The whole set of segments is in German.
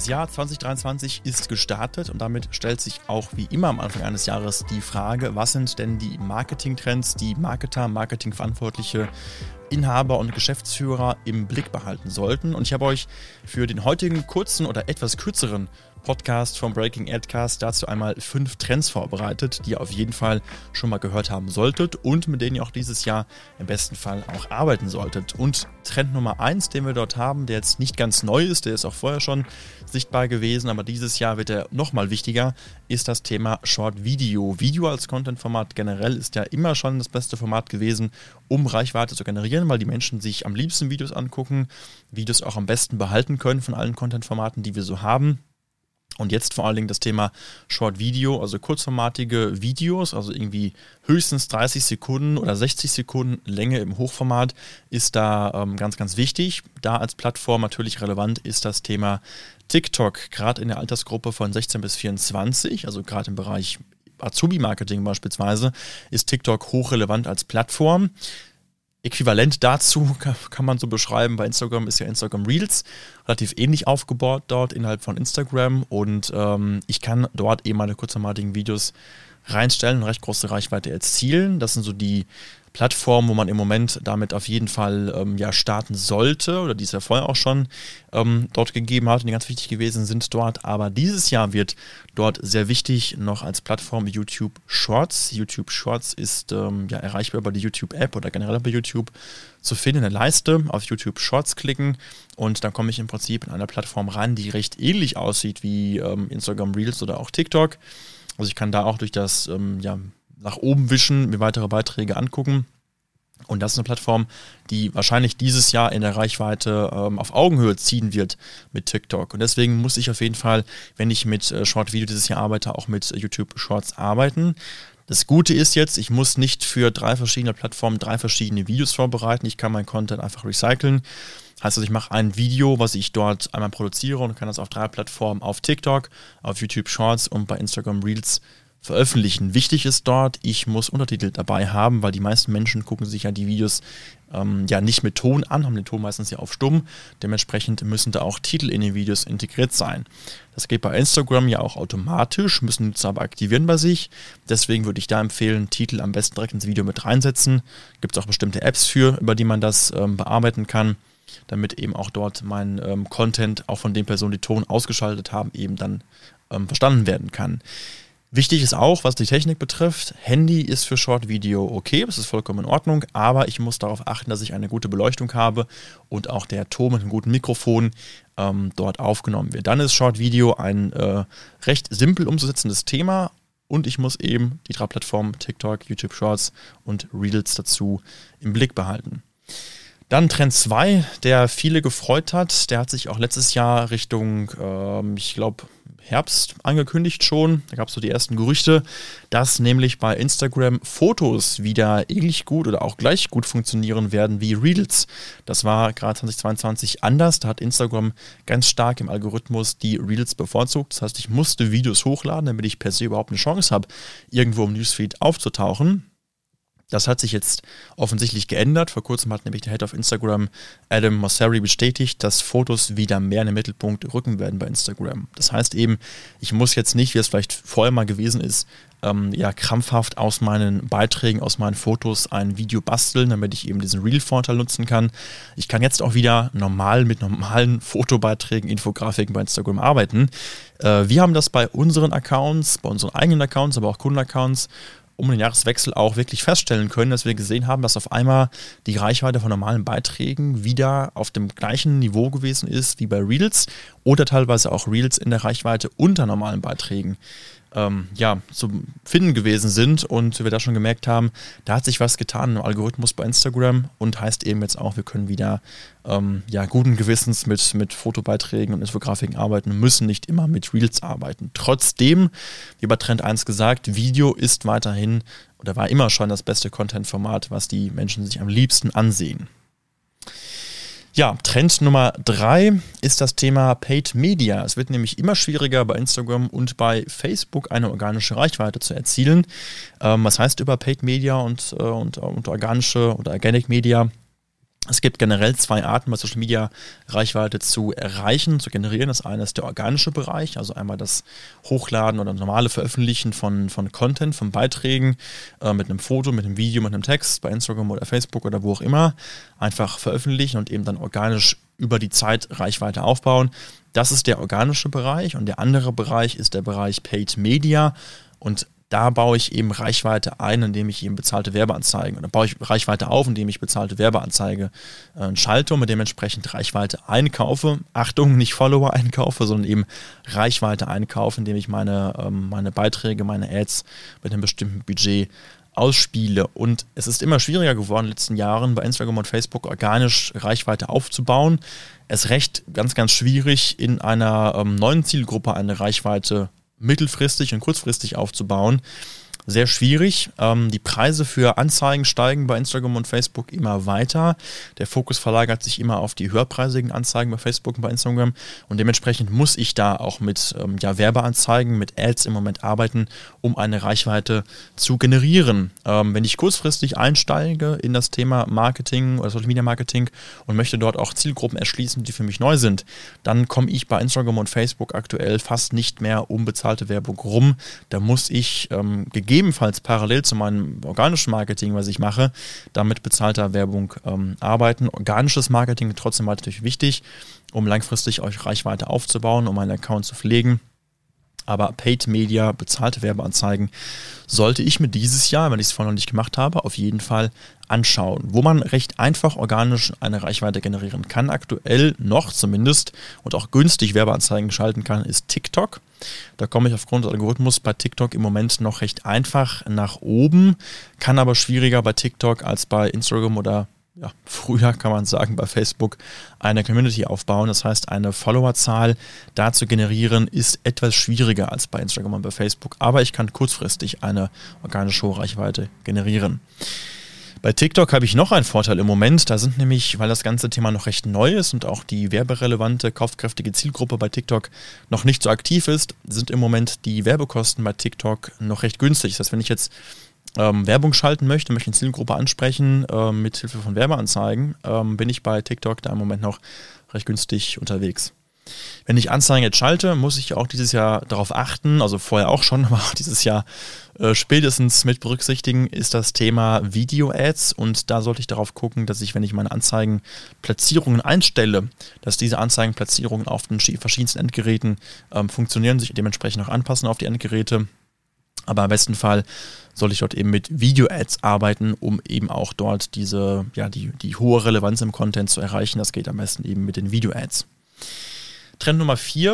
Jahr 2023 ist gestartet und damit stellt sich auch wie immer am Anfang eines Jahres die Frage, was sind denn die Marketingtrends, die Marketer, Marketingverantwortliche, Inhaber und Geschäftsführer im Blick behalten sollten. Und ich habe euch für den heutigen kurzen oder etwas kürzeren Podcast vom Breaking Adcast dazu einmal 5 Trends vorbereitet, die ihr auf jeden Fall schon mal gehört haben solltet und mit denen ihr auch dieses Jahr im besten Fall auch arbeiten solltet. Und Trend Nummer 1, den wir dort haben, der jetzt nicht ganz neu ist, der ist auch vorher schon sichtbar gewesen, aber dieses Jahr wird er nochmal wichtiger, ist das Thema Short Video. Video als Content-Format generell ist ja immer schon das beste Format gewesen, um Reichweite zu generieren, weil die Menschen sich am liebsten Videos angucken, Videos auch am besten behalten können von allen Content-Formaten, die wir so haben. Und jetzt vor allen Dingen das Thema Short Video, also kurzformatige Videos, also irgendwie höchstens 30 Sekunden oder 60 Sekunden Länge im Hochformat ist da ganz, ganz wichtig. Da als Plattform natürlich relevant ist das Thema TikTok, gerade in der Altersgruppe von 16 bis 24, also gerade im Bereich Azubi-Marketing beispielsweise, ist TikTok hochrelevant als Plattform. Äquivalent dazu kann man so beschreiben, bei Instagram ist ja Instagram Reels relativ ähnlich aufgebaut dort innerhalb von Instagram und ich kann dort eben meine kurzformatigen Videos reinstellen und recht große Reichweite erzielen. Das sind so die Plattformen, wo man im Moment damit auf jeden Fall starten sollte oder die es ja vorher auch schon dort gegeben hat und die ganz wichtig gewesen sind dort. Aber dieses Jahr wird dort sehr wichtig noch als Plattform YouTube Shorts. YouTube Shorts ist erreichbar über die YouTube-App oder generell bei YouTube zu finden in der Leiste. Auf YouTube Shorts klicken und dann komme ich im Prinzip in einer Plattform rein, die recht ähnlich aussieht wie Instagram Reels oder auch TikTok. Also ich kann da auch durch das nach oben wischen, mir weitere Beiträge angucken. Und das ist eine Plattform, die wahrscheinlich dieses Jahr in der Reichweite auf Augenhöhe ziehen wird mit TikTok. Und deswegen muss ich auf jeden Fall, wenn ich mit Short Video dieses Jahr arbeite, auch mit YouTube Shorts arbeiten. Das Gute ist jetzt, ich muss nicht für 3 verschiedene Plattformen 3 verschiedene Videos vorbereiten. Ich kann meinen Content einfach recyceln. Heißt also, ich mache ein Video, was ich dort einmal produziere und kann das auf 3 Plattformen, auf TikTok, auf YouTube Shorts und bei Instagram Reels veröffentlichen. Wichtig ist dort, ich muss Untertitel dabei haben, weil die meisten Menschen gucken sich ja die Videos nicht mit Ton an, haben den Ton meistens ja auf stumm. Dementsprechend müssen da auch Titel in den Videos integriert sein. Das geht bei Instagram ja auch automatisch, müssen Nutzer aber aktivieren bei sich. Deswegen würde ich da empfehlen, Titel am besten direkt ins Video mit reinsetzen. Gibt es auch bestimmte Apps für, über die man das bearbeiten kann, damit eben auch dort mein Content, auch von den Personen, die Ton ausgeschaltet haben, eben dann verstanden werden kann. Wichtig ist auch, was die Technik betrifft, Handy ist für Short Video okay, das ist vollkommen in Ordnung, aber ich muss darauf achten, dass ich eine gute Beleuchtung habe und auch der Ton mit einem guten Mikrofon dort aufgenommen wird. Dann ist Short Video ein recht simpel umzusetzendes Thema und ich muss eben die 3 Plattformen TikTok, YouTube Shorts und Reels dazu im Blick behalten. Dann Trend 2, der viele gefreut hat, der hat sich auch letztes Jahr Richtung, Herbst angekündigt schon. Da gab es so die ersten Gerüchte, dass nämlich bei Instagram Fotos wieder ähnlich gut oder auch gleich gut funktionieren werden wie Reels. Das war gerade 2022 anders. Da hat Instagram ganz stark im Algorithmus die Reels bevorzugt. Das heißt, ich musste Videos hochladen, damit ich per se überhaupt eine Chance habe, irgendwo im Newsfeed aufzutauchen. Das hat sich jetzt offensichtlich geändert. Vor kurzem hat nämlich der Head of Instagram, Adam Mosseri, bestätigt, dass Fotos wieder mehr in den Mittelpunkt rücken werden bei Instagram. Das heißt eben, ich muss jetzt nicht, wie es vielleicht vorher mal gewesen ist, krampfhaft aus meinen Beiträgen, aus meinen Fotos ein Video basteln, damit ich eben diesen Reel-Vorteil nutzen kann. Ich kann jetzt auch wieder mit normalen Fotobeiträgen, Infografiken bei Instagram arbeiten. Wir haben das bei unseren Accounts, bei unseren eigenen Accounts, aber auch Kundenaccounts um den Jahreswechsel auch wirklich feststellen können, dass wir gesehen haben, dass auf einmal die Reichweite von normalen Beiträgen wieder auf dem gleichen Niveau gewesen ist wie bei Reels oder teilweise auch Reels in der Reichweite unter normalen Beiträgen zu finden gewesen sind und wir da schon gemerkt haben, da hat sich was getan im Algorithmus bei Instagram und heißt eben jetzt auch, wir können wieder guten Gewissens mit Fotobeiträgen und Infografiken arbeiten, müssen nicht immer mit Reels arbeiten. Trotzdem, wie bei Trend 1 gesagt, Video ist weiterhin oder war immer schon das beste Content-Format, was die Menschen sich am liebsten ansehen. Ja, Trend Nummer 3 ist das Thema Paid Media. Es wird nämlich immer schwieriger bei Instagram und bei Facebook eine organische Reichweite zu erzielen. Was heißt über Paid Media und organische oder Organic Media? Es gibt generell zwei Arten, bei Social Media Reichweite zu erreichen, zu generieren. Das eine ist der organische Bereich, also einmal das Hochladen oder normale Veröffentlichen von Content, von Beiträgen mit einem Foto, mit einem Video, mit einem Text bei Instagram oder Facebook oder wo auch immer. Einfach veröffentlichen und eben dann organisch über die Zeit Reichweite aufbauen. Das ist der organische Bereich und der andere Bereich ist der Bereich Paid Media und da baue ich eben Reichweite ein, indem ich eben bezahlte Werbeanzeigen oder baue ich Reichweite auf, indem ich bezahlte Werbeanzeige schalte und mit dementsprechend Reichweite einkaufe. Achtung, nicht Follower einkaufe, sondern eben Reichweite einkaufe, indem ich meine Beiträge, meine Ads mit einem bestimmten Budget ausspiele. Und es ist immer schwieriger geworden in den letzten Jahren bei Instagram und Facebook organisch Reichweite aufzubauen. Es ist recht ganz, ganz schwierig in einer neuen Zielgruppe eine Reichweite mittelfristig und kurzfristig aufzubauen. Sehr schwierig. Die Preise für Anzeigen steigen bei Instagram und Facebook immer weiter. Der Fokus verlagert sich immer auf die höherpreisigen Anzeigen bei Facebook und bei Instagram und dementsprechend muss ich da auch mit Werbeanzeigen, mit Ads im Moment arbeiten, um eine Reichweite zu generieren. Wenn ich kurzfristig einsteige in das Thema Marketing oder Social Media Marketing und möchte dort auch Zielgruppen erschließen, die für mich neu sind, dann komme ich bei Instagram und Facebook aktuell fast nicht mehr um bezahlte Werbung rum. Da muss ich gegebenenfalls parallel zu meinem organischen Marketing, was ich mache, damit bezahlter Werbung arbeiten. Organisches Marketing trotzdem natürlich wichtig, um langfristig euch Reichweite aufzubauen, um einen Account zu pflegen. Aber Paid Media, bezahlte Werbeanzeigen, sollte ich mir dieses Jahr, wenn ich es vorher noch nicht gemacht habe, auf jeden Fall anschauen. Wo man recht einfach organisch eine Reichweite generieren kann, aktuell noch zumindest, und auch günstig Werbeanzeigen schalten kann, ist TikTok. Da komme ich aufgrund des Algorithmus bei TikTok im Moment noch recht einfach nach oben, kann aber schwieriger bei TikTok als bei Instagram oder früher kann man sagen, bei Facebook eine Community aufbauen. Das heißt, eine Followerzahl da zu generieren, ist etwas schwieriger als bei Instagram und bei Facebook. Aber ich kann kurzfristig eine organische hohe Reichweite generieren. Bei TikTok habe ich noch einen Vorteil im Moment. Da sind nämlich, weil das ganze Thema noch recht neu ist und auch die werberelevante, kaufkräftige Zielgruppe bei TikTok noch nicht so aktiv ist, sind im Moment die Werbekosten bei TikTok noch recht günstig. Das heißt, wenn ich jetzt Werbung schalten möchte eine Zielgruppe ansprechen mit Hilfe von Werbeanzeigen, bin ich bei TikTok da im Moment noch recht günstig unterwegs. Wenn ich Anzeigen jetzt schalte, muss ich auch dieses Jahr darauf achten, also vorher auch schon, aber auch dieses Jahr spätestens mit berücksichtigen, ist das Thema Video-Ads und da sollte ich darauf gucken, dass ich, wenn ich meine Anzeigenplatzierungen einstelle, dass diese Anzeigenplatzierungen auf den verschiedensten Endgeräten funktionieren, sich dementsprechend auch anpassen auf die Endgeräte. Aber im besten Fall soll ich dort eben mit Video-Ads arbeiten, um eben auch dort die hohe Relevanz im Content zu erreichen. Das geht am besten eben mit den Video-Ads. Trend Nummer 4,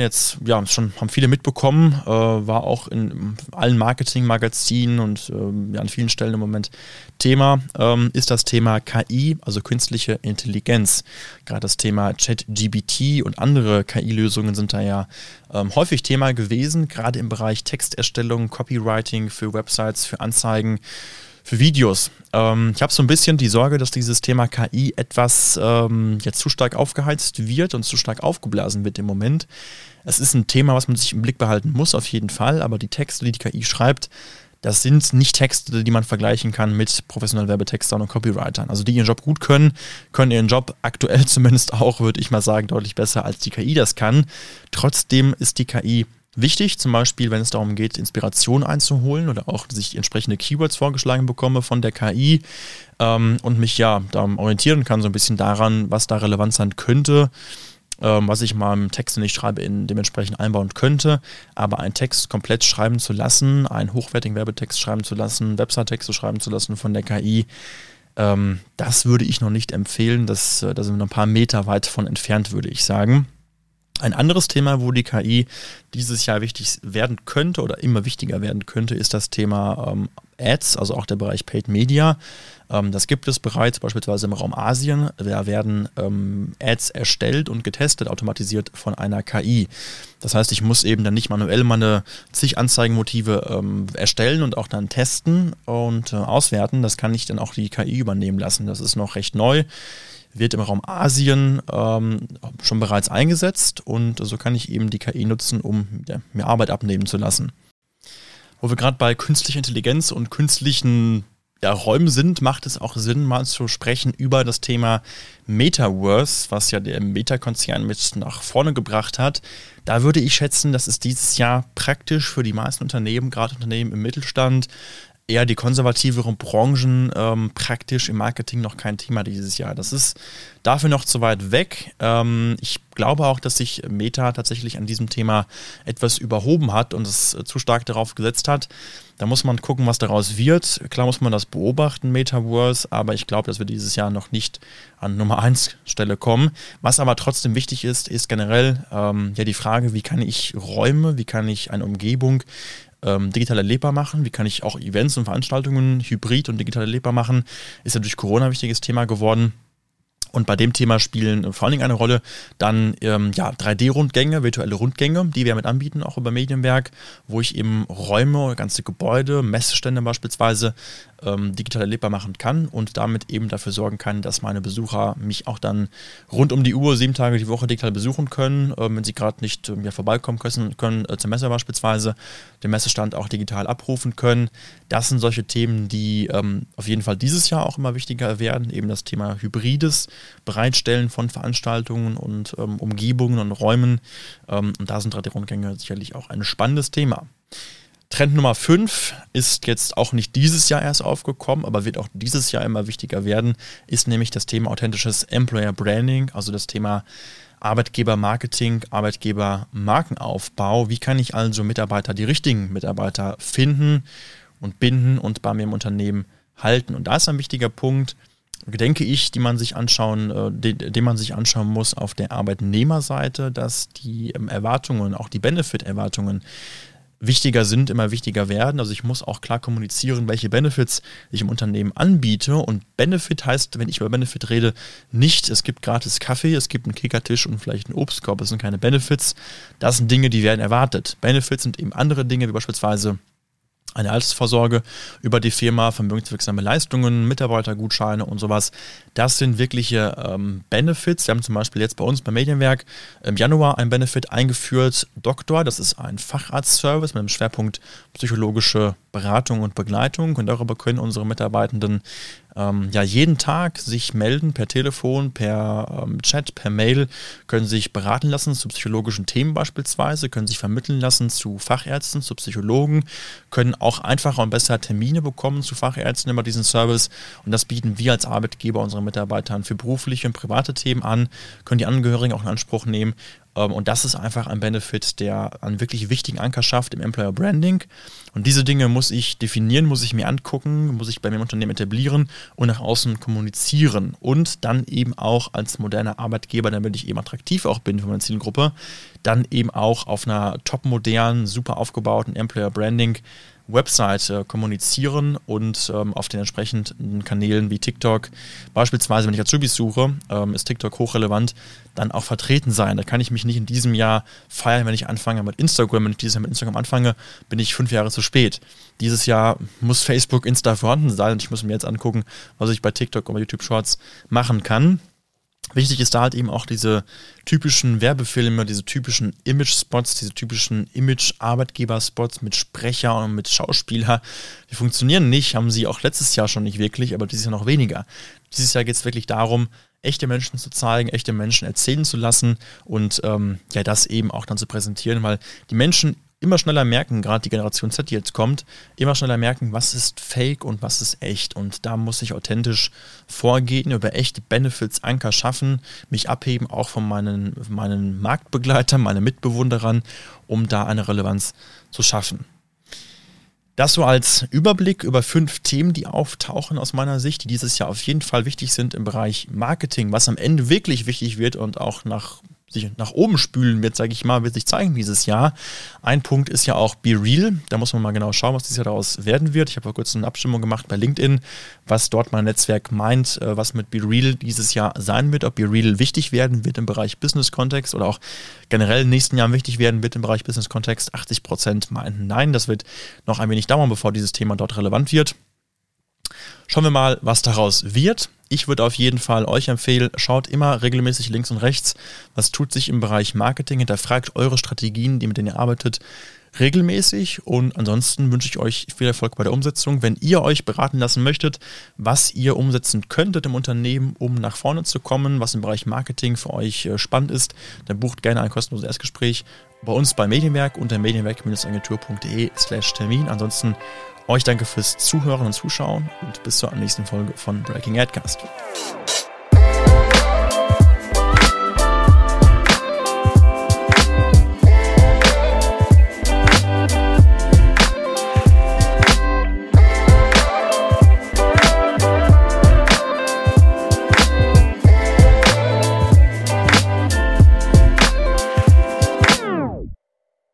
haben viele mitbekommen, war auch in allen Marketing-Magazinen und an vielen Stellen im Moment Thema, ist das Thema KI, also künstliche Intelligenz. Gerade das Thema ChatGPT und andere KI-Lösungen sind da ja häufig Thema gewesen, gerade im Bereich Texterstellung, Copywriting für Websites, für Anzeigen, für Videos. Ich habe so ein bisschen die Sorge, dass dieses Thema KI etwas jetzt zu stark aufgeheizt wird und zu stark aufgeblasen wird im Moment. Es ist ein Thema, was man sich im Blick behalten muss, auf jeden Fall, aber die Texte, die die KI schreibt, das sind nicht Texte, die man vergleichen kann mit professionellen Werbetextern und Copywritern. Also die ihren Job gut können ihren Job aktuell zumindest auch, würde ich mal sagen, deutlich besser als die KI das kann. Trotzdem ist die KI wichtig, zum Beispiel, wenn es darum geht, Inspiration einzuholen oder auch, dass ich entsprechende Keywords vorgeschlagen bekomme von der KI und mich da orientieren kann so ein bisschen daran, was da relevant sein könnte, was ich mal im Text, den ich schreibe, dementsprechend einbauen könnte. Aber einen Text komplett schreiben zu lassen, einen hochwertigen Werbetext schreiben zu lassen, Website-Texte schreiben zu lassen von der KI, das würde ich noch nicht empfehlen. Da sind wir noch ein paar Meter weit von entfernt, würde ich sagen. Ein anderes Thema, wo die KI dieses Jahr wichtig werden könnte oder immer wichtiger werden könnte, ist das Thema Ads, also auch der Bereich Paid Media. Das gibt es bereits beispielsweise im Raum Asien. Da werden Ads erstellt und getestet, automatisiert von einer KI. Das heißt, ich muss eben dann nicht manuell meine zig Anzeigenmotive erstellen und auch dann testen und auswerten. Das kann ich dann auch die KI übernehmen lassen. Das ist noch recht neu. Wird im Raum Asien schon bereits eingesetzt und so kann ich eben die KI nutzen, um mir Arbeit abnehmen zu lassen. Wo wir gerade bei künstlicher Intelligenz und künstlichen Räumen sind, macht es auch Sinn, mal zu sprechen über das Thema Metaverse, was ja der Meta-Konzern mit nach vorne gebracht hat. Da würde ich schätzen, dass es dieses Jahr praktisch für die meisten Unternehmen, gerade Unternehmen im Mittelstand, eher die konservativeren Branchen praktisch im Marketing noch kein Thema dieses Jahr. Das ist dafür noch zu weit weg. Ich glaube auch, dass sich Meta tatsächlich an diesem Thema etwas überhoben hat und es zu stark darauf gesetzt hat. Da muss man gucken, was daraus wird. Klar muss man das beobachten, Metaverse, aber ich glaube, dass wir dieses Jahr noch nicht an Nummer 1 Stelle kommen. Was aber trotzdem wichtig ist, ist generell die Frage, wie kann ich Räume, wie kann ich eine Umgebung digital erlebbar machen, wie kann ich auch Events und Veranstaltungen hybrid und digital erlebbar machen, ist ja durch Corona ein wichtiges Thema geworden. Und bei dem Thema spielen vor allen Dingen eine Rolle dann 3D-Rundgänge, virtuelle Rundgänge, die wir mit anbieten, auch über Medienwerk, wo ich eben Räume, ganze Gebäude, Messestände beispielsweise digital erlebbar machen kann und damit eben dafür sorgen kann, dass meine Besucher mich auch dann rund um die Uhr 7 Tage die Woche digital besuchen können, wenn sie gerade nicht vorbeikommen können zur Messe beispielsweise, den Messestand auch digital abrufen können. Das sind solche Themen, die auf jeden Fall dieses Jahr auch immer wichtiger werden, eben das Thema hybrides Bereitstellen von Veranstaltungen und Umgebungen und Räumen. Und da sind 3D-Rundgänge sicherlich auch ein spannendes Thema. Trend Nummer 5 ist jetzt auch nicht dieses Jahr erst aufgekommen, aber wird auch dieses Jahr immer wichtiger werden, ist nämlich das Thema authentisches Employer Branding, also das Thema Arbeitgebermarketing, Arbeitgebermarkenaufbau. Wie kann ich also die richtigen Mitarbeiter finden und binden und bei mir im Unternehmen halten? Und da ist ein wichtiger Punkt, denke ich, den man sich anschauen muss auf der Arbeitnehmerseite, dass die Erwartungen, auch die Benefit-Erwartungen wichtiger sind, immer wichtiger werden. Also ich muss auch klar kommunizieren, welche Benefits ich im Unternehmen anbiete. Und Benefit heißt, wenn ich über Benefit rede, nicht, es gibt gratis Kaffee, es gibt einen Kickertisch und vielleicht einen Obstkorb. Das sind keine Benefits. Das sind Dinge, die werden erwartet. Benefits sind eben andere Dinge, wie beispielsweise eine Altersvorsorge über die Firma, vermögenswirksame Leistungen, Mitarbeitergutscheine und sowas. Das sind wirkliche Benefits. Wir haben zum Beispiel jetzt bei uns beim Medienwerk im Januar ein Benefit eingeführt. Doktor, das ist ein Facharztservice mit dem Schwerpunkt psychologische Beratung und Begleitung. Und darüber können unsere Mitarbeitenden jeden Tag sich melden, per Telefon, per Chat, per Mail, können sich beraten lassen zu psychologischen Themen beispielsweise, können sich vermitteln lassen zu Fachärzten, zu Psychologen, können auch einfacher und besser Termine bekommen zu Fachärzten über diesen Service. Und das bieten wir als Arbeitgeber unseren Mitarbeitern für berufliche und private Themen an, können die Angehörigen auch in Anspruch nehmen. Und das ist einfach ein Benefit, der einen wirklich wichtigen Anker schafft im Employer Branding. Und diese Dinge muss ich definieren, muss ich mir angucken, muss ich bei mir im Unternehmen etablieren und nach außen kommunizieren. Und dann eben auch als moderner Arbeitgeber, damit ich eben attraktiv auch bin für meine Zielgruppe, dann eben auch auf einer topmodernen, super aufgebauten Employer Branding Website kommunizieren und auf den entsprechenden Kanälen wie TikTok, beispielsweise wenn ich Azubis suche, ist TikTok hochrelevant, dann auch vertreten sein. Da kann ich mich nicht in diesem Jahr feiern, wenn ich anfange mit Instagram. Wenn ich dieses Jahr mit Instagram anfange, bin ich 5 Jahre zu spät. Dieses Jahr muss Facebook, Insta vorhanden sein und ich muss mir jetzt angucken, was ich bei TikTok oder YouTube Shorts machen kann. Wichtig ist da halt eben auch diese typischen Werbefilme, diese typischen Image-Spots, diese typischen Image-Arbeitgeber-Spots mit Sprecher und mit Schauspieler. Die funktionieren nicht, haben sie auch letztes Jahr schon nicht wirklich, aber dieses Jahr noch weniger. Dieses Jahr geht es wirklich darum, echte Menschen zu zeigen, echte Menschen erzählen zu lassen und das eben auch dann zu präsentieren, weil die Menschen immer schneller merken, gerade die Generation Z, die jetzt kommt, immer schneller merken, was ist Fake und was ist echt. Und da muss ich authentisch vorgehen, über echte Benefits Anker schaffen, mich abheben auch von meinen Marktbegleitern, meinen Mitbewunderern, um da eine Relevanz zu schaffen. Das so als Überblick über 5 Themen, die auftauchen aus meiner Sicht, die dieses Jahr auf jeden Fall wichtig sind im Bereich Marketing, was am Ende wirklich wichtig wird und auch sich nach oben spülen wird, sage ich mal, wird sich zeigen dieses Jahr. Ein Punkt ist ja auch Be Real. Da muss man mal genau schauen, was dieses Jahr daraus werden wird. Ich habe vor kurzem eine Abstimmung gemacht bei LinkedIn, was dort mein Netzwerk meint, was mit Be Real dieses Jahr sein wird, ob Be Real wichtig werden wird im Bereich Business-Kontext oder auch generell in den nächsten Jahren wichtig werden wird im Bereich Business-Kontext. 80% meinten nein, das wird noch ein wenig dauern, bevor dieses Thema dort relevant wird. Schauen wir mal, was daraus wird. Ich würde auf jeden Fall euch empfehlen, schaut immer regelmäßig links und rechts, was tut sich im Bereich Marketing, hinterfragt eure Strategien, mit denen ihr arbeitet, regelmäßig und ansonsten wünsche ich euch viel Erfolg bei der Umsetzung. Wenn ihr euch beraten lassen möchtet, was ihr umsetzen könntet im Unternehmen, um nach vorne zu kommen, was im Bereich Marketing für euch spannend ist, dann bucht gerne ein kostenloses Erstgespräch bei uns bei Medienwerk unter medienwerk-agentur.de/Termin. Ansonsten euch danke fürs Zuhören und Zuschauen und bis zur nächsten Folge von Breaking Adcast.